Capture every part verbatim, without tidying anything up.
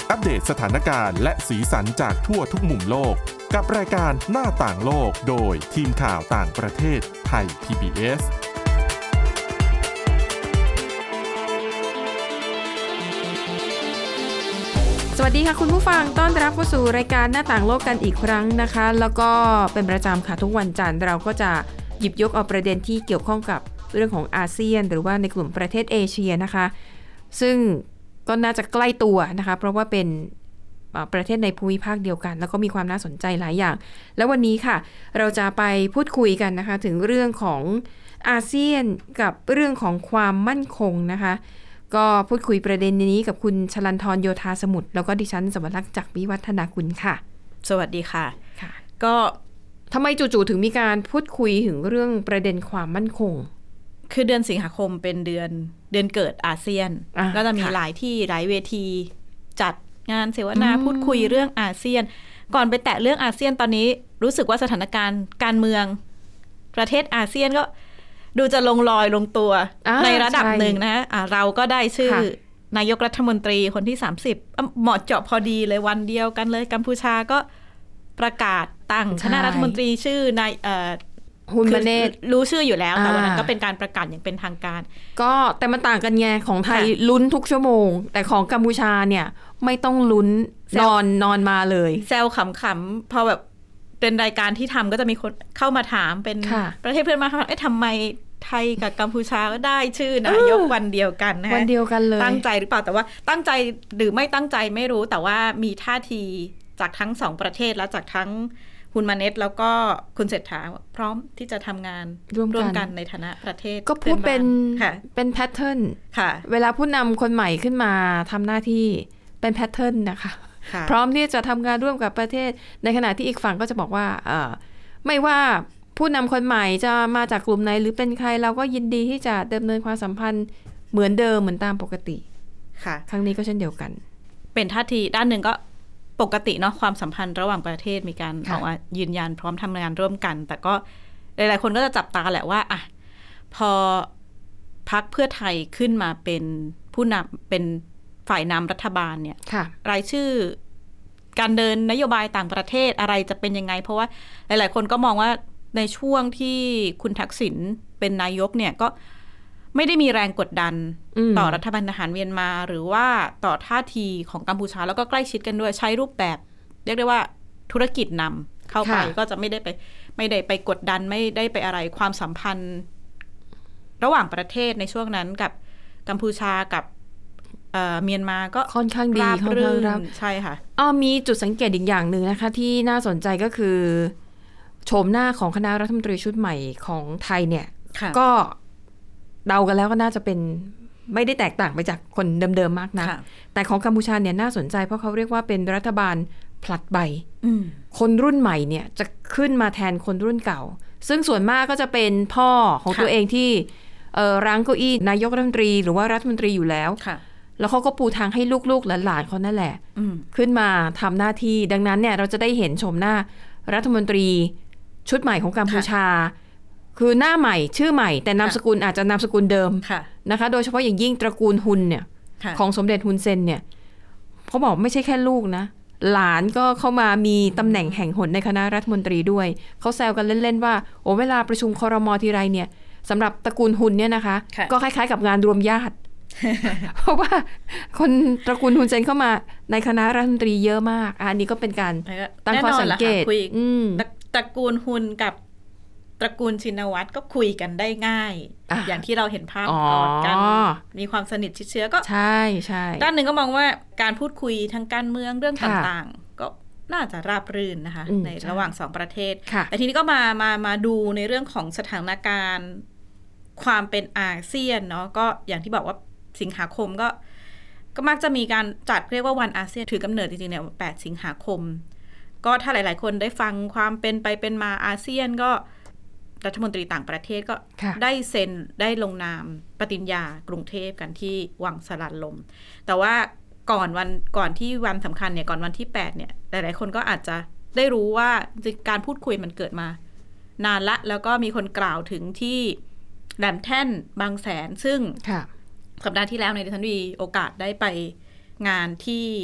อัปเดตสถานการณ์และสีสันจากทั่วทุกมุมโลกกับรายการหน้าต่างโลกโดยทีมข่าวต่างประเทศไทย พี บี เอสสวัสดีค่ะคุณผู้ฟังต้อนรับเข้าสู่รายการหน้าต่างโลกกันอีกครั้งนะคะแล้วก็เป็นประจำค่ะทุกวันจันทร์เราก็จะหยิบยกเอาประเด็นที่เกี่ยวข้องกับเรื่องของอาเซียนหรือว่าในกลุ่มประเทศเอเชียนะคะซึ่งก็น่าจะใกล้ตัวนะคะเพราะว่าเป็นประเทศในภูมิภาคเดียวกันแล้วก็มีความน่าสนใจหลายอย่างแล้ววันนี้ค่ะเราจะไปพูดคุยกันนะคะถึงเรื่องของอาเซียนกับเรื่องของความมั่นคงนะคะก็พูดคุยประเด็นนี้กับคุณชลันทรโยธาสมุทรแล้วก็ดิฉันสวรักษ์จักรวิวัฒนากุลค่ะสวัสดีค่ะค่ะก็ทำไมจู่ๆถึงมีการพูดคุยถึงเรื่องประเด็นความมั่นคงคือเดือนสิงหาคมเป็นเดือนเดือนเกิดอาเซียนก็จะมีหลายที่หลายเวทีจัดงานเสวนาพูดคุยเรื่องอาเซียนก่อนไปแตะเรื่องอาเซียนตอนนี้รู้สึกว่าสถานการณ์การเมืองประเทศอาเซียนก็ดูจะลงรอยลงตัวในระดับหนึ่งนะะเราก็ได้ชื่อนายกรัฐมนตรีคนที่สามสิบเหมาะเจาะพอดีเลยวันเดียวกันเลยกัมพูชาก็ประกาศตั้งคณะรัฐมนตรีชื่อนายฮุนมาเนตรู้ชื่ออยู่แล้วแต่วันนั้นก็เป็นการประกาศอย่างเป็นทางการก็แต่มันต่างกันไงของไทยลุ้นทุกชั่วโมงแต่ของกัมพูชาเนี่ยไม่ต้องลุ้นนอนนอนมาเลยแซวขำๆพอแบบเป็นรายการที่ทำก็จะมีคนเข้ามาถามเป็นประเทศเพื่อนบ้านเอ๊ะทำไมไทยกับกัมพูชาก็ได้ชื่อนายกวันเดียวกันนะวันเดียวกันเลยตั้งใจหรือเปล่าแต่ว่าตั้งใจหรือไม่ตั้งใจไม่รู้แต่ว่ามีท่าทีจากทั้งสองประเทศและจากทั้งฮุนมาเนตแล้วก็คุณเศรษฐาพร้อมที่จะทำงานร่วมกันกันในฐานะประเทศก็พูดเป็นเป็นแพทเทิร์นเวลาผู้นำคนใหม่ขึ้นมาทำหน้าที่เป็นแพทเทิร์นนะคะพร้อมที่จะทำงานร่วมกับประเทศในขณะที่อีกฝั่งก็จะบอกว่าไม่ว่าผู้นำคนใหม่จะมาจากกลุ่มไหนหรือเป็นใครเราก็ยินดีที่จะดำเนินความสัมพันธ์เหมือนเดิมเหมือนตามปกติค่ะครั้งนี้ก็เช่นเดียวกันเป็นท่าทีด้านหนึ่งก็ปกติเนาะความสัมพันธ์ระหว่างประเทศมีการออกมายืนยันพร้อมทำงานร่วมกันแต่ก็หลายๆคนก็จะจับตาแหละว่าอ่ะพอพรรคเพื่อไทยขึ้นมาเป็นผู้นำเป็นฝ่ายนำรัฐบาลเนี่ยรายชื่อการเดินนโยบายต่างประเทศอะไรจะเป็นยังไงเพราะว่าหลายๆคนก็มองว่าในช่วงที่คุณทักษิณเป็นนายกเนี่ยก็ไม่ได้มีแรงกดดันต่อรัฐบาลทหารเมียนมาหรือว่าต่อท่าทีของกัมพูชาแล้วก็ใกล้ชิดกันด้วยใช้รูปแบบเรียกได้ว่าธุรกิจนำเข้าไปก็จะไม่ได้ไปไม่ได้ไปกดดันไม่ได้ไปอะไรความสัมพันธ์ระหว่างประเทศในช่วงนั้นกับกัมพูชากับเมียนมาก็ค่อนข้างดีค่อนข้างรับใช่ค่ะอ้อมีจุดสังเกตอีกอย่างหนึ่งนะคะที่น่าสนใจก็คือโฉมหน้าของคณะรัฐมนตรีชุดใหม่ของไทยเนี่ยก็เดากันแล้วก็น่าจะเป็นไม่ได้แตกต่างไปจากคนเดิมๆมากนะแต่ของกัมพูชาเนี่ยน่าสนใจเพราะเขาเรียกว่าเป็นรัฐบาลผลัดใบคนรุ่นใหม่เนี่ยจะขึ้นมาแทนคนรุ่นเก่าซึ่งส่วนมากก็จะเป็นพ่อของตัวเองที่รั้งเก้าอี้นายกรัฐมนตรีหรือว่ารัฐมนตรีอยู่แล้วแล้วเขาก็ปูทางให้ลูกๆหลานๆเขานั่นแหละขึ้นมาทำหน้าที่ดังนั้นเนี่ยเราจะได้เห็นชมหน้ารัฐมนตรีชุดใหม่ของกัมพูชาคือหน้าใหม่ชื่อใหม่แต่นามสกุลอาจจะนามสกุลเดิมนะคะโดยเฉพาะอย่างยิ่งตระกูลฮุนเนี่ยของสมเด็จฮุนเซนเนี่ยเขาบอกไม่ใช่แค่ลูกนะหลานก็เข้ามามีตำแหน่งแห่งหนในคณะรัฐมนตรีด้วยเขาแซวกันเล่นๆว่าโอ้เวลาประชุมครม.ทีไรเนี่ยสำหรับตระกูลฮุนเนี่ยนะคะก็คล้ายๆกับงานรวมญาติ เพราะว่าคนตระกูลฮุนเซนเข้ามาในคณะรัฐมนตรีเยอะมากอันนี้ก็เป็นการตั้งข้อสังเกตตระกูลฮุนกับตระกูลชินวัตรก็คุยกันได้ง่าย อ, อย่างที่เราเห็นภาพกอดกันมีความสนิทชิดเชื้อก็ใช่ใช่ด้านหนึ่งก็มองว่าการพูดคุยทางการเมืองเรื่องต่างๆก็น่าจะราบรื่นนะคะในระหว่างสองประเทศแต่ทีนี้ก็มามามาดูในเรื่องของสถานการณ์ความเป็นอาเซียนเนาะก็อย่างที่บอกว่าสิงหาคมก็ก็มักจะมีการจัดเรียกว่าวันอาเซียนถือกำเนิดจริงๆเนี่ยแปดสิงหาคมก็ถ้าหลายๆคนได้ฟังความเป็นไปเป็นมาอาเซียนก็รัฐมนตรีต่างประเทศก็ได้เซ็นได้ลงนามปฏิญญากรุงเทพกันที่วังสลัดลมแต่ว่าก่อนวันก่อนที่วันสำคัญเนี่ยก่อนวันที่แปดเนี่ยหลายๆคนก็อาจจะได้รู้ว่าการพูดคุยมันเกิดมานานละแล้วก็มีคนกล่าวถึงที่แหลมแท่นบางแสนซึ่งสัปดาห์ที่แล้วในดิฉันมีโอกาสได้ไปงานที่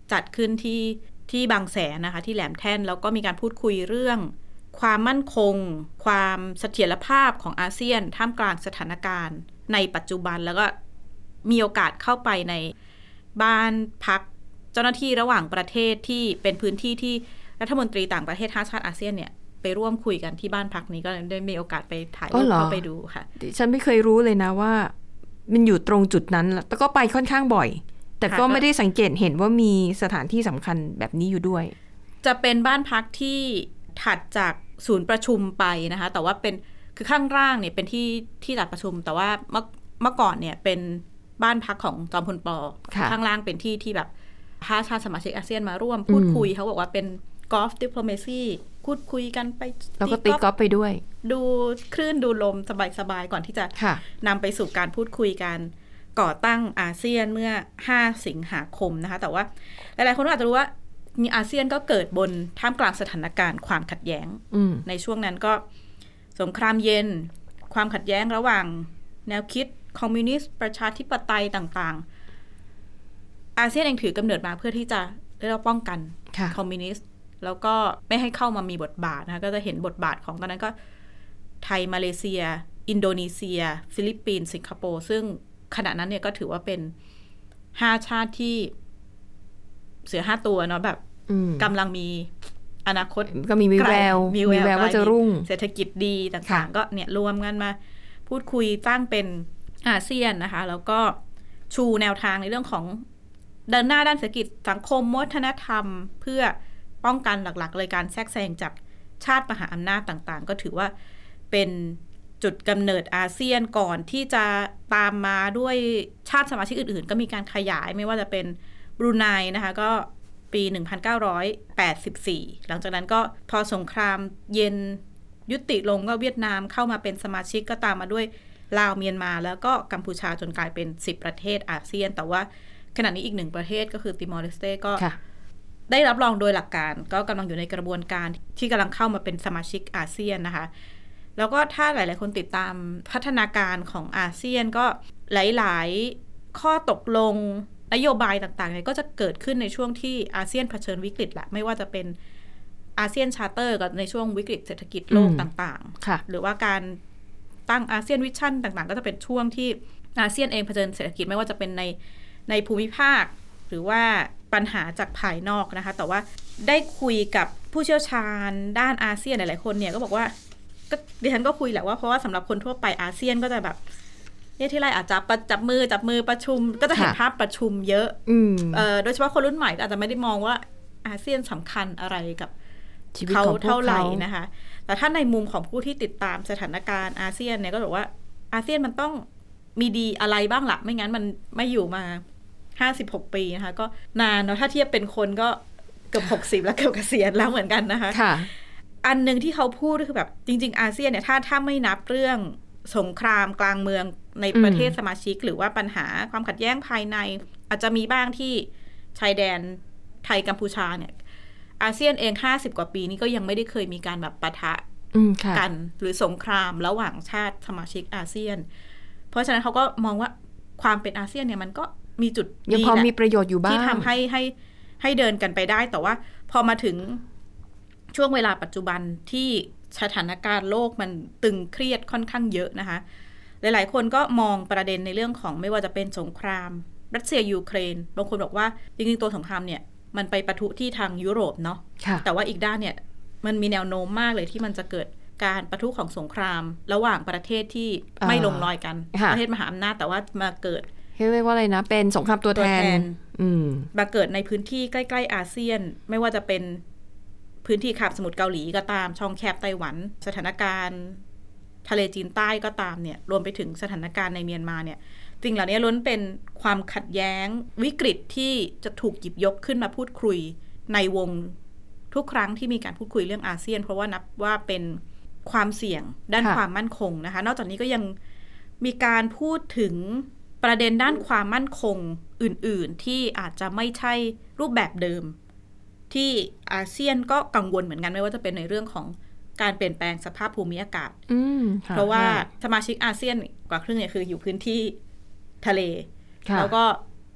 จัดขึ้นที่ที่บางแสนนะคะที่แหลมแท่นแล้วก็มีการพูดคุยเรื่องความมั่นคงความเสถียรภาพของอาเซียนท่ามกลางสถานการณ์ในปัจจุบันแล้วก็มีโอกาสเข้าไปในบ้านพักเจ้าหน้าที่ระหว่างประเทศที่เป็นพื้นที่ที่รัฐมนตรีต่างประเทศห้าชาติอาเซียนเนี่ยไปร่วมคุยกันที่บ้านพักนี้ก็ได้มีโอกาสไปถ่ายรูปเข้าไปดูค่ะฉันไม่เคยรู้เลยนะว่ามันอยู่ตรงจุดนั้นแต่ก็ไปค่อนข้างบ่อยแต่ก็ไม่ได้สังเกตเห็นว่ามีสถานที่สำคัญแบบนี้อยู่ด้วยจะเป็นบ้านพักที่ถัดจากศูนย์ประชุมไปนะคะแต่ว่าเป็นคือข้างล่างเนี่ยเป็นที่ที่จัดประชุมแต่ว่าเมื่อเมื่อก่อนเนี่ยเป็นบ้านพักของจอมพลป.ข้างล่างเป็นที่ที่แบบห้าชาติสมาชิกอาเซียนมาร่วมพูดคุยเขาบอกว่าเป็นกอล์ฟดิปโลเมซีพูดคุยกันไปแล้วก็ตีกอล์ฟไปด้วยดูคลื่นดูลมสบายๆก่อนที่จะนำไปสู่การพูดคุยกันก่อตั้งอาเซียนเมื่อห้าสิงหาคมนะคะแต่ว่าหลายๆคนก็อาจจะรู้ว่ามีอาเซียนก็เกิดบนท่ามกลางสถานการณ์ความขัดแย้งในช่วงนั้นก็สงครามเย็นความขัดแย้งระหว่างแนวคิดคอมมิวนิสต์ประชาธิปไตยต่างๆอาเซียนเองถือกำเนิดมาเพื่อที่จะได้รับป้องกันคอมมิวนิสต์แล้วก็ไม่ให้เข้ามามีบทบาทนะคะก็จะเห็นบทบาทของตอนนั้นก็ไทยมาเลเซียอินโดนีเซียฟิลิปปินส์สิงคโปร์ซึ่งขณะนั้นเนี่ยก็ถือว่าเป็นห้าชาติที่เสือห้าตัวเนาะแบบกำลังมีอนาคตก็มีวิแววมีแววว่าจะรุ่งเศรษฐกิจดีต่างๆก็เนี่ยรวมกันมาพูดคุยตั้งเป็นอาเซียนนะคะแล้วก็ชูแนวทางในเรื่องของเดินหน้าด้านเศรษฐกิจสังคมวัฒนธรรมเพื่อป้องกันหลักๆเลยการแทรกแซงจากชาติมหาอำนาจต่างๆก็ถือว่าเป็นจุดกำเนิดอาเซียนก่อนที่จะตามมาด้วยชาติสมาชิกอื่นๆก็มีการขยายไม่ว่าจะเป็นบรูไนนะคะก็ปีหนึ่งพันเก้าร้อยแปดสิบสี่หลังจากนั้นก็พอสงครามเย็นยุติลงก็เวียดนามเข้ามาเป็นสมาชิกก็ตามมาด้วยลาวเมียนมาแล้วก็กัมพูชาจนกลายเป็นสิบประเทศอาเซียนแต่ว่าขณะนี้อีกหนึ่งประเทศก็คือติมอร์เลสเตก็ได้รับรองโดยหลักการก็กำลังอยู่ในกระบวนการที่กำลังเข้ามาเป็นสมาชิกอาเซียนนะคะแล้วก็ถ้าหลายๆคนติดตามพัฒนาการของอาเซียนก็หลายๆข้อตกลงนโยบายต่างๆเนี่ยก็จะเกิดขึ้นในช่วงที่อาเซียนเผชิญวิกฤตแหละไม่ว่าจะเป็นอาเซียนชาร์เตอร์ก็ในช่วงวิกฤตเศรษฐกิจโลกต่างๆหรือว่าการตั้งอาเซียนวิชั่นต่างๆก็จะเป็นช่วงที่อาเซียนเองเผชิญเศรษฐกิจไม่ว่าจะเป็นในในภูมิภาคหรือว่าปัญหาจากภายนอกนะคะแต่ว่าได้คุยกับผู้เชี่ยวชาญด้านอาเซียนหลายๆคนเนี่ยก็บอกว่าก็ดิฉันก็คุยแหละว่าเพราะว่าสำหรับคนทั่วไปอาเซียนก็จะแบบเนี่ยที่ไรอาจจะจับมือจับมือประชุมก็จะเห็นภาพประชุมเยอะเอ่อโดยเฉพาะคนรุ่นใหม่อาจจะไม่ได้มองว่าอาเซียนสำคัญอะไรกับเขาเท่าไหร่นะคะแต่ถ้าในมุมของผู้ที่ติดตามสถานการณ์อาเซียนเนี่ยก็บอกว่าอาเซียนมันต้องมีดีอะไรบ้างล่ะไม่งั้นมันไม่อยู่มาห้าสิบหกปีนะคะก็นานเนาะถ้าเทียบเป็นคนก็เกือบหกสิบแล้วเกือบเกษียณแล้วเหมือนกันนะคะอันนึงที่เขาพูดก็คือแบบจริงๆอาเซียนเนี่ยถ้าถ้าไม่นับเรื่องสงครามกลางเมืองในประเทศสมาชิกหรือว่าปัญหาความขัดแย้งภายในอาจจะมีบ้างที่ชายแดนไทยกัมพูชาเนี่ยอาเซียนเองห้าสิบกว่าปีนี้ก็ยังไม่ได้เคยมีการแบบปะทะกันหรือสงครามระหว่างชาติสมาชิกอาเซียนเพราะฉะนั้นเขาก็มองว่าความเป็นอาเซียนเนี่ยมันก็มีจุดยังพอมีประโยชน์อยู่บ้างที่ทำให้ให้ให้เดินกันไปได้แต่ว่าพอมาถึงช่วงเวลาปัจจุบันที่สถานการณ์โลกมันตึงเครียดค่อนข้างเยอะนะคะหลายๆคนก็มองประเด็นในเรื่องของไม่ว่าจะเป็นสงครามรัสเซียยูเครนบางคนบอกว่าจริงๆตัวสงครามเนี่ยมันไปปะทุที่ทางยุโรปเนาะแต่ว่าอีกด้านเนี่ยมันมีแนวโน้มมากเลยที่มันจะเกิดการปะทุของสงครามระหว่างประเทศที่ไม่ลงรอยกันประเทศมหาอำนาจแต่ว่ามาเกิดเรียกว่าอะไรนะเป็นสงครามตัวแทนมาเกิดในพื้นที่ใกล้ๆอาเซียนไม่ว่าจะเป็นพื้นที่คาบสมุทรเกาหลีก็ตามช่องแคบไต้หวันสถานการณ์ทะเลจีนใต้ก็ตามเนี่ยรวมไปถึงสถานการณ์ในเมียนมาเนี่ยจริงเหล่านี้ล้วนเป็นความขัดแย้งวิกฤตที่จะถูกหยิบยกขึ้นมาพูดคุยในวงทุกครั้งที่มีการพูดคุยเรื่องอาเซียนเพราะว่านับว่าเป็นความเสี่ยงด้านความมั่นคงนะคะนอกจากนี้ก็ยังมีการพูดถึงประเด็นด้านความมั่นคงอื่นๆที่อาจจะไม่ใช่รูปแบบเดิมที่อาเซียนก็กังวลเหมือนกันไม่ว่าจะเป็นในเรื่องของการเปลี่ยนแปลงสภาพภูมิอากาศเพราะว่าสมาชิกอาเซียนกว่าครึ่งเนี่ยคืออยู่พื้นที่ทะเลแล้วก็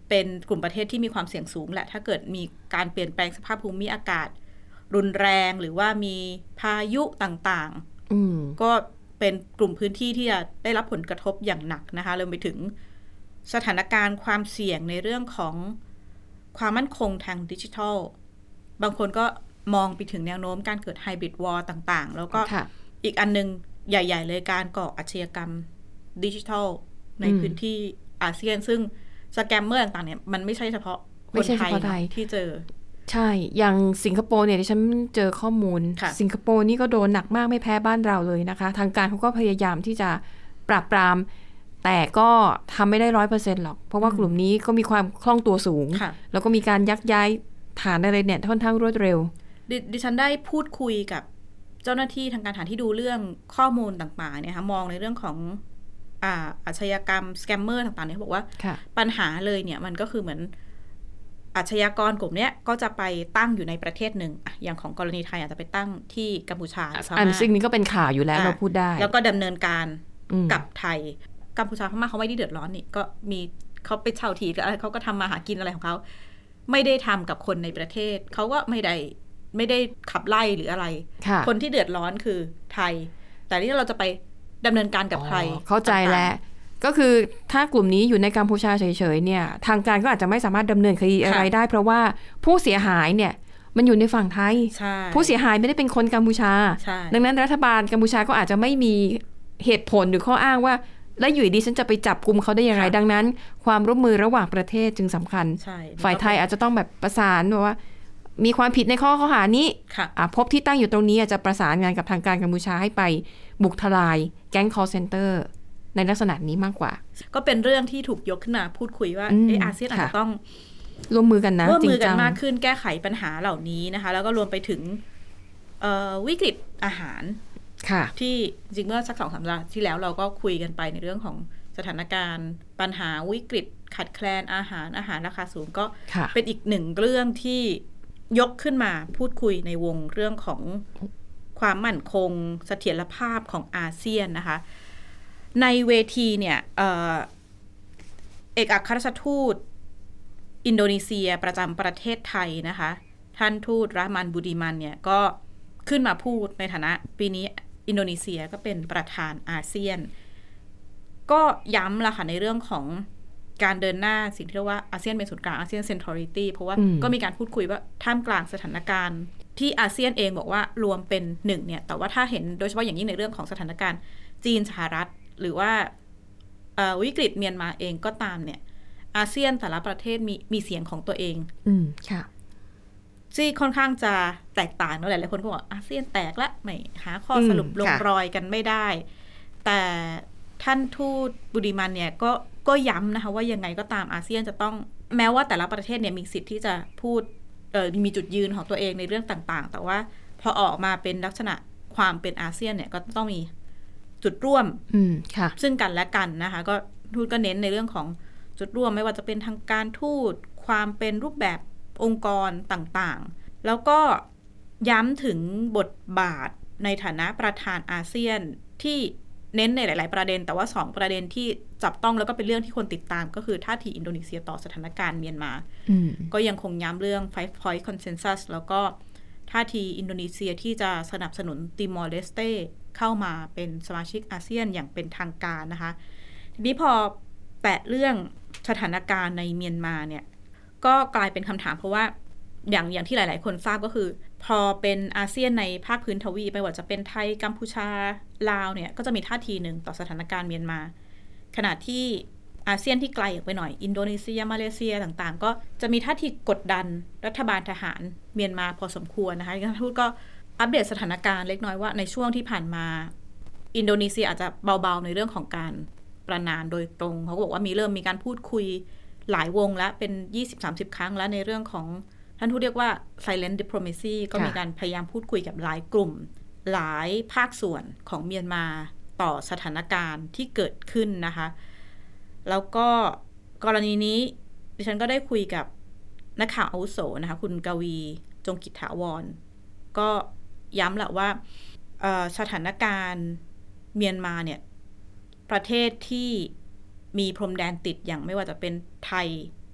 เป็นกลุ่มประเทศที่มีความเสี่ยงสูงแหละถ้าเกิดมีการเปลี่ยนแปลงสภาพภูมิอากาศรุนแรงหรือว่ามีพายุต่างๆก็เป็นกลุ่มพื้นที่ที่จะได้รับผลกระทบอย่างหนักนะคะรวมไปถึงสถานการณ์ความเสี่ยงในเรื่องของความมั่นคงทางดิจิทัลบางคนก็มองไปถึงแนวโน้มการเกิดไฮบริดวอร์ต่างๆแล้วก็อีกอันนึงใหญ่ๆเลยการก่ออาชญากรรมดิจิทัลในพื้นที่อาเซียนซึ่งสแกมเมอร์ต่างๆเนี่ยมันไม่ใช่เฉพาะคนไทยที่เจอใช่อย่างสิงคโปร์เนี่ยที่ฉันเจอข้อมูลสิงคโปร์นี่ก็โดนหนักมากไม่แพ้บ้านเราเลยนะคะทางการเขาก็พยายามที่จะปราบปรามแต่ก็ทำไม่ได้ร้อยเปอร์เซ็นต์หรอกเพราะว่ากลุ่มนี้ก็มีความคล่องตัวสูงแล้วก็มีการยักย้ายฐานอะไรเนี่ยค่อนข้างรวดเร็วด, ดิฉันได้พูดคุยกับเจ้าหน้าที่ทางการทหารที่ดูเรื่องข้อมูลต่างๆเนี่ยค่ะมองในเรื่องของอ่าอาชญากรรมสแกมเมอร์ต่างๆเนี่ยเขาบอกว่าปัญหาเลยเนี่ยมันก็คือเหมือนอาชญากรกลุ่มนี้ก็จะไปตั้งอยู่ในประเทศหนึ่งอย่างของกรณีไทยอาจจะไปตั้งที่กัมพูชาอันซึ่งนี้ก็เป็นข่าวอยู่แล้วเราพูดได้แล้วก็ดำเนินการกับไทยกัมพูชาพม่าเขาไม่ได้เดือดร้อนนี่ก็มีเขาไปเช่าที่อะไรเขาก็ทำมาหากินอะไรของเขาไม่ได้ทำกับคนในประเทศเขาก็ไม่ได้ไม่ได้ขับไล่หรืออะไรคนที่เดือดร้อนคือไทยแต่ที่เราจะไปดำเนินการกับใครเข้าใจแล้วก็คือถ้ากลุ่มนี้อยู่ในกัมพูชาเฉยๆเนี่ยทางการก็อาจจะไม่สามารถดำเนินคดีอะไรได้เพราะว่าผู้เสียหายเนี่ยมันอยู่ในฝั่งไทยผู้เสียหายไม่ได้เป็นคนกัมพูชาดังนั้นรัฐบาลกัมพูชาก็อาจจะไม่มีเหตุผลหรือข้ออ้างว่าแล้วอยู่ดีฉันจะไปจับกุมเขาได้ยังไงดังนั้นความร่วมมือระหว่างประเทศจึงสำคัญฝ่ายไทยอาจจะต้องแบบประสานว่ามีความผิดในข้อข้อหานี้พบที่ตั้งอยู่ตรงนี้อาจจะประสานงานกับทางการกัมพูชาให้ไปบุกทลายแก๊ง call center ในลักษณะนี้มากกว่าก็เป็นเรื่องที่ถูกยกขึ้นมาพูดคุยว่าเอออาเซียนอาจจะต้องร่วมมือกันนะร่วมมือกันมากขึ้นแก้ไขปัญหาเหล่านี้นะคะแล้วก็รวมไปถึงวิกฤตอาหารที่จริงเมื่อสักสองสามสัปดาห์ที่แล้วเราก็คุยกันไปในเรื่องของสถานการณ์ปัญหาวิกฤตขาดแคลนอาหารอาหารราคาสูงก็เป็นอีกหนึ่งเรื่องที่ยกขึ้นมาพูดคุยในวงเรื่องของความมั่นคงเสถียรภาพของอาเซียนนะคะในเวทีเนี่ย เอ่อ เอกอัครราชทูตอินโดนีเซียประจำประเทศไทยนะคะท่านทูตรามันบูดิมันเนี่ยก็ขึ้นมาพูดในฐานะปีนี้อินโดนีเซียก็เป็นประธานอาเซียนก็ย้ำละค่ะในเรื่องของการเดินหน้าสิ่งที่เรียกว่าอาเซียนเป็นศูนย์กลางอาเซียนเซ็นทรัลิตี้เพราะว่าก็มีการพูดคุยว่าท่ามกลางสถานการณ์ที่อาเซียนเองบอกว่ารวมเป็นหนึ่งเนี่ยแต่ว่าถ้าเห็นโดยเฉพาะอย่างยิ่งในเรื่องของสถานการณ์จีนสหรัฐหรือว่าวิกฤตเมียนมาเองก็ตามเนี่ยอาเซียนแต่ละประเทศมีมีเสียงของตัวเองอืมค่ะที่ค่อนข้างจะแตกต่างหลายหลายคนก็บอกอาเซียนแตกละไม่หาข้อสรุปลงรอยกันไม่ได้แต่ท่านทูตบูดิมันเนี่ยก็ก็ย้ำนะคะว่ายังไงก็ตามอาเซียนจะต้องแม้ว่าแต่ละประเทศเนี่ยมีสิทธิ์ที่จะพูดเอ่อมีจุดยืนของตัวเองในเรื่องต่างๆแต่ว่าพอออกมาเป็นลักษณะความเป็นอาเซียนเนี่ยก็ต้องมีจุดร่วมซึ่งกันและกันนะคะก็ทูตก็เน้นในเรื่องของจุดร่วมไม่ว่าจะเป็นทางการทูตความเป็นรูปแบบองค์กรต่างๆแล้วก็ย้ำถึงบทบาทในฐานะประธานอาเซียนที่เน้นในหลายๆประเด็นแต่ว่าสองประเด็นที่จับต้องแล้วก็เป็นเรื่องที่คนติดตามก็คือท่าทีอินโดนีเซียต่อสถานการณ์เมียนมาก็ยังคงย้ำเรื่อง five point consensus แล้วก็ท่าทีอินโดนีเซียที่จะสนับสนุนติมอร์เลสเตเข้ามาเป็นสมาชิกอาเซียนอย่างเป็นทางการนะคะทีนี้พอแตะเรื่องสถานการณ์ในเมียนมาเนี่ยก็กลายเป็นคำถามเพราะว่าอย่างอย่างที่หลายๆคนทราบก็คือพอเป็นอาเซียนในภาคพื้นทวีปไม่ว่าจะเป็นไทยกัมพูชาลาวเนี่ยก็จะมีท่าทีหนึ่งต่อสถานการณ์เมียนมาขณะที่อาเซียนที่ไกลออกไปหน่อยอินโดนีเซียมาเลเซียต่างๆก็จะมีท่าทีกดดันรัฐบาลทหารเมียนมาพอสมควรนะคะท่านทูตก็อัปเดตสถานการณ์เล็กน้อยว่าในช่วงที่ผ่านมาอินโดนีเซียอาจจะเบาๆในเรื่องของการประณามโดยตรงเขาก็บอกว่ามีเริ่มมีการพูดคุยหลายวงแล้วเป็น ยี่สิบถึงสามสิบ ครั้งแล้วในเรื่องของท่านทูตเรียกว่า silent diplomacy ก็มีการพยายามพูดคุยกับหลายกลุ่มหลายภาคส่วนของเมียนมาต่อสถานการณ์ที่เกิดขึ้นนะคะแล้วก็กรณีนี้ดิฉันก็ได้คุยกับนักข่าวอาวุโสนะคะคุณกวีจงกิจถาวรก็ย้ำแหละว่าสถานการณ์เมียนมาเนี่ยประเทศที่มีพรมแดนติดอย่างไม่ว่าจะเป็นไทย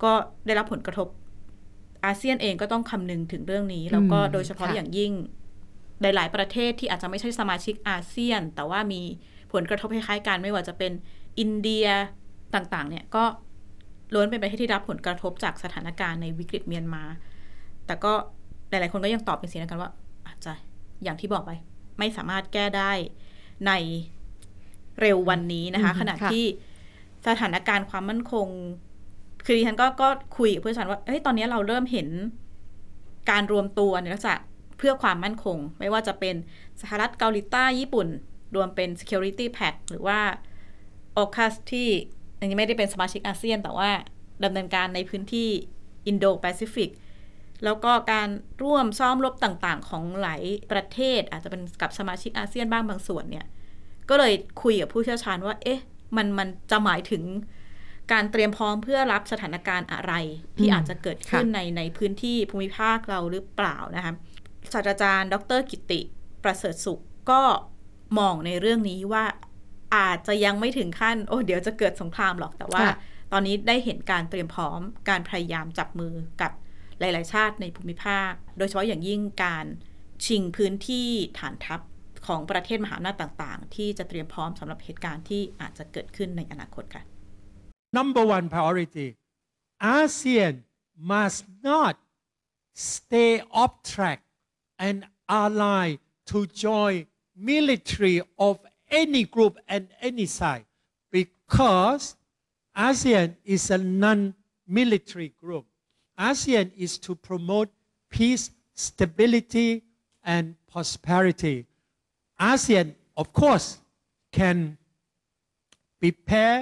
ก็ได้รับผลกระทบอาเซียนเองก็ต้องคำนึงถึงเรื่องนี้แล้วก็โดยเฉพาะอย่างยิ่งหลายๆประเทศที่อาจจะไม่ใช่สมาชิกอาเซียนแต่ว่ามีผลกระทบคล้ายๆกันไม่ว่าจะเป็นอินเดียต่างๆเนี่ยก็ล้วนเป็นประเทศที่รับผลกระทบจากสถานการณ์ในวิกฤตเมียนมาแต่ก็หลายๆคนก็ยังตอบเป็นเสียงเดียวกันว่าอาจจะอย่างที่บอกไปไม่สามารถแก้ได้ในเร็ววันนี้นะคะขณะที่สถานการณ์ความมั่นคงคือดิฉันก็ก็คุยกับเพื่อนฉันว่าเฮ้ยตอนนี้เราเริ่มเห็นการรวมตัวในลักษณะเพื่อความมั่นคงไม่ว่าจะเป็นสหรัฐเกาหลีใต้ญี่ปุ่นรวมเป็น Security Pact หรือว่า ออคัส ที่อันนี้ไม่ได้เป็นสมาชิกอาเซียนแต่ว่าดำเนินการในพื้นที่อินโดแปซิฟิกแล้วก็การร่วมซ้อมรบต่างๆของหลายประเทศอาจจะเป็นกับสมาชิกอาเซียนบ้างบางส่วนเนี่ยก็เลยคุยกับผู้เชี่ยวชาญว่าเอ๊ะมันมันจะหมายถึงการเตรียมพร้อมเพื่อรับสถานการณ์อะไรที่อาจจะเกิดขึ้นในในพื้นที่ภูมิภาคเราหรือเปล่านะคะศาสตราจารย์ดร.กิติประเสริฐสุขก็มองในเรื่องนี้ว่าอาจจะยังไม่ถึงขั้นโอ้เดี๋ยวจะเกิดสงครามหรอกแต่ว่าตอนนี้ได้เห็นการเตรียมพร้อมการพยายามจับมือกับหลายๆชาติในภูมิภาคโดยเฉพาะอย่างยิ่งการชิงพื้นที่ฐานทัพของประเทศมหาอำนาจต่างๆที่จะเตรียมพร้อมสำหรับเหตุการณ์ที่อาจจะเกิดขึ้นในอนาคตค่ะ Number one priority ASEAN must not stay off track and ally to join military of any group and any side because ASEAN is a non-military group. ASEAN is to promote peace, stability, and prosperity. ASEAN, of course, can prepare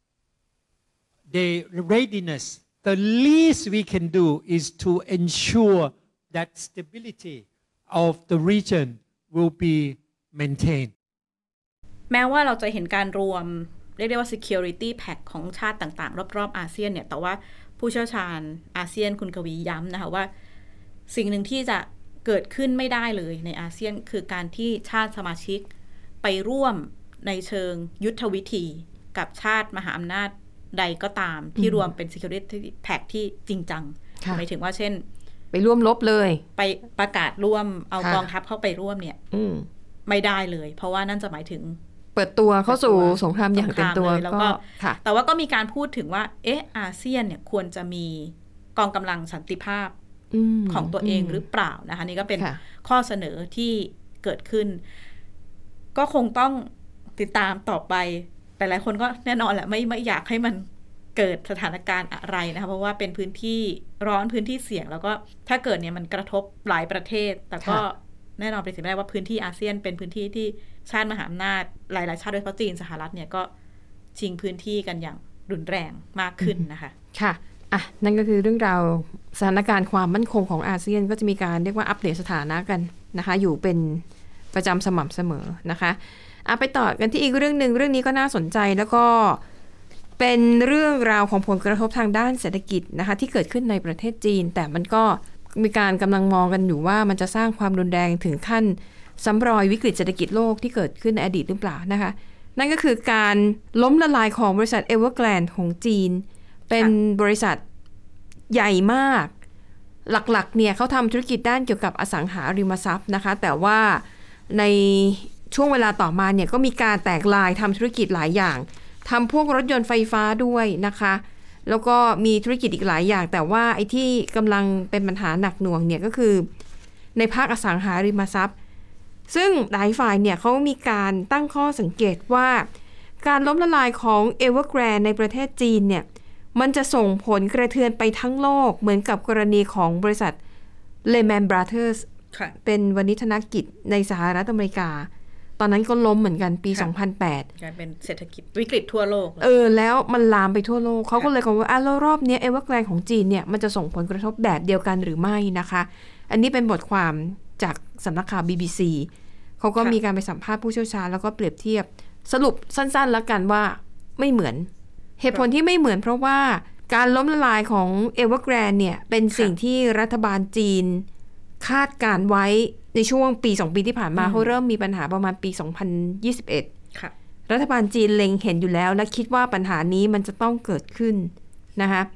the readiness. The least we can do is to ensure that stability of the region will be maintained. แม้ว่าเราจะเห็นการรวมเรียกได้ว่า security pact ของชาติต่างๆรอบๆอาเซียนเนี่ยแต่ว่าผู้เชี่ยวชาญอาเซียนคุณกวีย้ำนะคะว่าสิ่งหนึ่งที่จะเกิดขึ้นไม่ได้เลยในอาเซียนคือการที่ชาติสมาชิกไปร่วมในเชิงยุทธวิธีกับชาติมหาอำนาจใดก็ตามที่รวมเป็น security pact ที่จริงจังหมายถึงว่าเช่นไปร่วมรบเลยไปประกาศร่วมเอากองทัพเข้าไปร่วมเนี่ยไม่ได้เลยเพราะว่านั่นจะหมายถึงเปิดตัวเข้าสู่สงครามอย่างเต็มตัวแล้วก็แต่ว่าก็มีการพูดถึงว่าเอ๊ะอาเซียนเนี่ยควรจะมีกองกำลังสันติภาพของตัวเองหรือเปล่านะคะนี่ก็เป็นข้อเสนอที่เกิดขึ้นก็คงต้องติดตามต่อไปแต่หลายคนก็แน่นอนแหละไม่ไม่อยากให้มันเกิดสถานการณ์อะไรนะคะเพราะว่าเป็นพื้นที่ร้อนพื้นที่เสี่ยงแล้วก็ถ้าเกิดเนี่ยมันกระทบหลายประเทศแต่ก็แน่นอนเป็นสิ่งไม่ได้ว่าพื้นที่อาเซียนเป็นพื้นที่ที่ชาติมหาอำนาจหลายๆชาติโดยเฉพาะจีนสหรัฐเนี่ยก็ชิงพื้นที่กันอย่างรุนแรงมากขึ้นนะคะค่ะอ่ะนั่นก็คือเรื่องราวสถานการณ์ความมั่นคงของอาเซียนก็จะมีการเรียกว่าอัปเดตสถานะกันนะคะอยู่เป็นประจำสม่ำเสมอนะคะอ่ะไปต่อกันที่อีกเรื่องนึงเรื่องนี้ก็น่าสนใจแล้วก็เป็นเรื่องราวของผลกระทบทางด้านเศรษฐกิจนะคะที่เกิดขึ้นในประเทศจีนแต่มันก็มีการกำลังมองกันอยู่ว่ามันจะสร้างความรุนแรงถึงขั้นซ้ำรอยวิกฤตเศรษฐกิจโลกที่เกิดขึ้นในอดีตหรือเปล่านะคะนั่นก็คือการล้มละลายของบริษัท Evergrande ของจีนเป็นบริษัทใหญ่มากหลักๆเนี่ยเขาทำธุรกิจด้านเกี่ยวกับอสังหาริมทรัพย์นะคะแต่ว่าในช่วงเวลาต่อมาเนี่ยก็มีการแตกลายทำธุรกิจหลายอย่างทำพวกรถยนต์ไฟฟ้าด้วยนะคะแล้วก็มีธุรกิจอีกหลายอย่างแต่ว่าไอ้ที่กำลังเป็นปัญหาหนักหน่วงเนี่ยก็คือในภาคอสังหาริมทรัพย์ซึ่งหลายฝ่ายเนี่ยเขามีการตั้งข้อสังเกตว่าการล้มละลายของ Evergrande ในประเทศจีนเนี่ยมันจะส่งผลกระเทือนไปทั้งโลกเหมือนกับกรณีของบริษัท Lehman Brothers เป็นวณิธนกิจในสหรัฐอเมริกาตอนนั้นก็ล้มเหมือนกันปีสองพันแปดกลายเป็นเศรษฐกิจวิกฤตทั่วโลกเออแล้วมันลามไปทั่วโลกเขาก็เลยบอกว่าอ่ะแล้วรอบนี้ Evergrande ของจีนเนี่ยมันจะส่งผลกระทบแบบเดียวกันหรือไม่นะคะอันนี้เป็นบทความจากสำนักข่าว บี บี ซี เขาก็มีการไปสัมภาษณ์ผู้เชี่ยวชาญแล้วก็เปรียบเทียบสรุปสั้นๆแล้วกันว่าไม่เหมือนเหตุผลที่ไม่เหมือนเพราะว่าการล้มละลายของ Evergrande เนี่ยเป็นสิ่งที่รัฐบาลจีนคาดการไว้ในช่วงปีสองปีที่ผ่านมาเขาเริ่มมีปัญหาประมาณปีสองพันยี่สิบเอ็ดรัฐบาลจีนเล็งเห็นอยู่แล้วและคิดว่าปัญหานี้มันจะต้องเกิดขึ้นนะคะ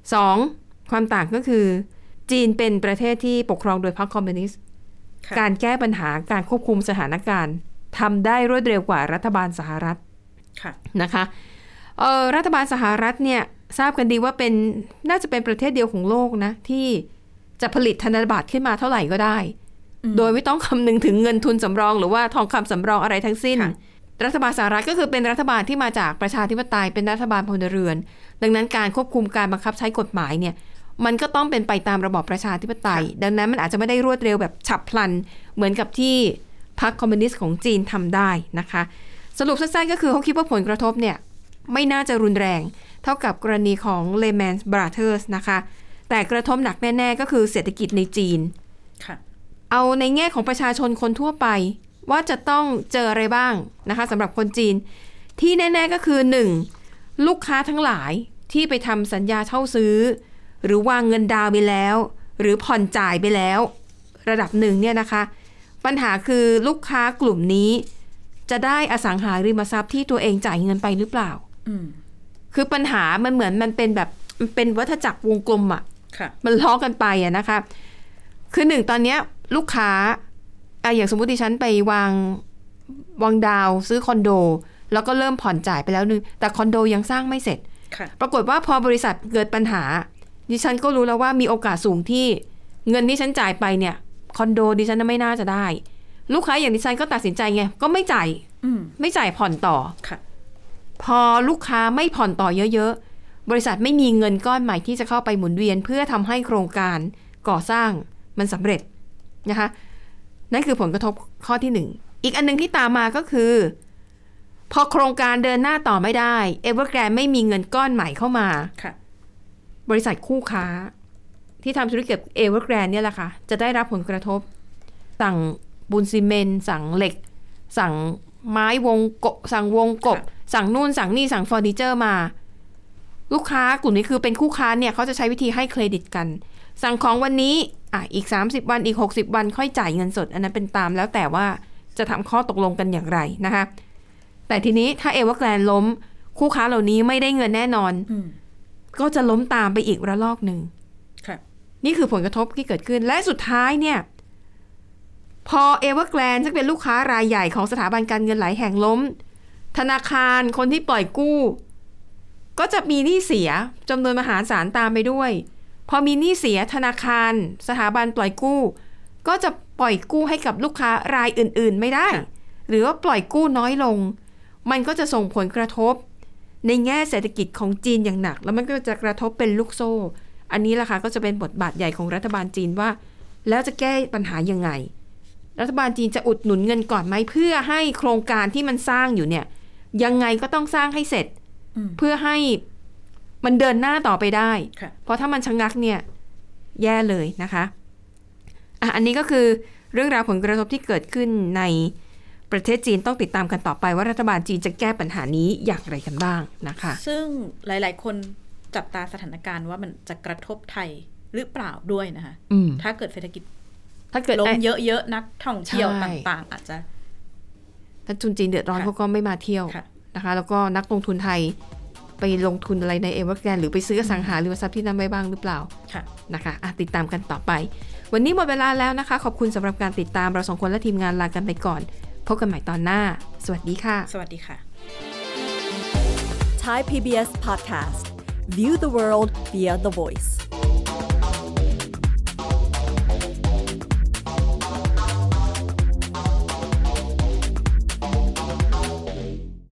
สองความต่างก็คือจีนเป็นประเทศที่ปกครองโดยพรรคคอมมิวนิสต์การแก้ปัญหาการควบคุมสถานการณ์ทำได้รวดเร็วกว่ารัฐบาลสหรัฐนะคะเอ่อรัฐบาลสหรัฐเนี่ยทราบกันดีว่าเป็นน่าจะเป็นประเทศเดียวของโลกนะที่จะผลิตธนบัตรขึ้นมาเท่าไหร่ก็ได้โดยไม่ต้องคำนึงถึงเงินทุนสำรองหรือว่าทองคำสำรองอะไรทั้งสิ้นรัฐบาลสหรัฐก็คือเป็นรัฐบาลที่มาจากประชาธิปไตยเป็นรัฐบาลพลเรือนดังนั้นการควบคุมการบังคับใช้กฎหมายเนี่ยมันก็ต้องเป็นไปตามระบอบประชาธิปไตยดังนั้นมันอาจจะไม่ได้รวดเร็วแบบฉับพลันเหมือนกับที่พรรคคอมมิวนิสต์ของจีนทำได้นะคะสรุปสั้นๆก็คือเขาคิดว่าผลกระทบเนี่ยไม่น่าจะรุนแรงเท่ากับกรณีของ Lehman Brothers นะคะแต่กระทบหนักแน่ๆก็คือเศรษฐกิจในจีนเอาในแง่ของประชาชนคนทั่วไปว่าจะต้องเจออะไรบ้างนะคะสำหรับคนจีนที่แน่ๆก็คือหนึ่งลูกค้าทั้งหลายที่ไปทำสัญญาเช่าซื้อหรือวางเงินดาวน์ไปแล้วหรือผ่อนจ่ายไปแล้วระดับหนึ่งเนี่ยนะคะปัญหาคือลูกค้ากลุ่มนี้จะได้อสังหาริมทรัพย์ที่ตัวเองจ่ายเงินไปหรือเปล่าคือปัญหามันเหมือนมันเป็นแบบมันเป็นวัฏจักรวงกลมอ่ะมันล้อกันไปอ่ะนะคะคือหนึ่งตอนนี้ลูกค้าอ่ะอย่างสมมติดิฉันไปวางวางดาวซื้อคอนโดแล้วก็เริ่มผ่อนจ่ายไปแล้วนึงแต่คอนโดยังสร้างไม่เสร็จปรากฏว่าพอบริษัทเกิดปัญหาดิฉันก็รู้แล้วว่ามีโอกาสสูงที่เงินที่ฉันจ่ายไปเนี่ยคอนโดดิฉันไม่น่าจะได้ลูกค้าอย่างดิฉันก็ตัดสินใจไงก็ไม่จ่ายไม่จ่ายผ่อนต่อพอลูกค้าไม่ผ่อนต่อเยอะๆบริษัทไม่มีเงินก้อนใหม่ที่จะเข้าไปหมุนเวียนเพื่อทำให้โครงการก่อสร้างมันสำเร็จนะคะนั่นคือผลกระทบข้อที่หนึ่งอีกอันนึงที่ตามมาก็คือพอโครงการเดินหน้าต่อไม่ได้ Evergrande ไม่มีเงินก้อนใหม่เข้ามาบริษัทคู่ค้าที่ทำธุรกิจ Evergrande เนี่ยแหละค่ะจะได้รับผลกระทบสั่งปูนซีเมนต์สั่งเหล็กสั่งไม้วงกบสั่งวงกบสั่งนู่นสั่งนี่สั่งเฟอร์นิเจอร์มาลูกค้ากลุ่มนี้คือเป็นคู่ค้าเนี่ยเขาจะใช้วิธีให้เครดิตกันสั่งของวันนี้อ่ะอีกสามสิบวันอีกหกสิบวันค่อยจ่ายเงินสดอันนั้นเป็นตามแล้วแต่ว่าจะทำข้อตกลงกันอย่างไรนะคะแต่ทีนี้ถ้า Evergrande ล้มคู่ค้าเหล่านี้ไม่ได้เงินแน่นอนก็จะล้มตามไปอีกระลอกหนึ่งนี่คือผลกระทบที่เกิดขึ้นและสุดท้ายเนี่ยพอ Evergrande ซึ่งเป็นลูกค้ารายใหญ่ของสถาบันการเงินหลายแห่งล้มธนาคารคนที่ปล่อยกู้ก็จะมีหนี้เสียจำนวนมหาศาลตามไปด้วยพอมีหนี้เสียธนาคารสถาบันปล่อยกู้ก็จะปล่อยกู้ให้กับลูกค้ารายอื่นๆไม่ได้หรือว่าปล่อยกู้น้อยลงมันก็จะส่งผลกระทบในแง่เศรษฐกิจของจีนอย่างหนักแล้วมันก็จะกระทบเป็นลูกโซ่อันนี้ล่ะค่ะก็จะเป็นบทบาทใหญ่ของรัฐบาลจีนว่าแล้วจะแก้ปัญหายังไงรัฐบาลจีนจะอุดหนุนเงินก่อนไหมเพื่อให้โครงการที่มันสร้างอยู่เนี่ยยังไงก็ต้องสร้างให้เสร็จเพื่อให้มันเดินหน้าต่อไปได้เพราะถ้ามันชะงักเนี่ยแย่เลยนะคะอ่ะอันนี้ก็คือเรื่องราวผลกระทบที่เกิดขึ้นในประเทศจีนต้องติดตามกันต่อไปว่ารัฐบาลจีนจะแก้ปัญหานี้อย่างไรกันบ้างนะคะซึ่งหลายๆคนจับตาสถานการณ์ว่ามันจะกระทบไทยหรือเปล่าด้วยนะคะถ้าเกิดเศรษฐกิจถ้าเกิดล้มเยอะๆนักท่องเที่ยวต่างๆอาจจะถ้าทุนจีนเดือดร้อนเขาก็ไม่มาเที่ยวนะคะแล้วก็นักลงทุนไทยไปลงทุนอะไรใน Evergrande หรือไปซื้ออสังหาริมทรัพย์ที่นั่นไว้บ้างหรือเปล่านะคะอ่ะติดตามกันต่อไปวันนี้หมดเวลาแล้วนะคะขอบคุณสำหรับการติดตามเราสองคนและทีมงานลากันไปก่อนพบกันใหม่ตอนหน้าสวัสดีค่ะสวัสดีค่ะ Thai พี บี เอส Podcast View the world via the voice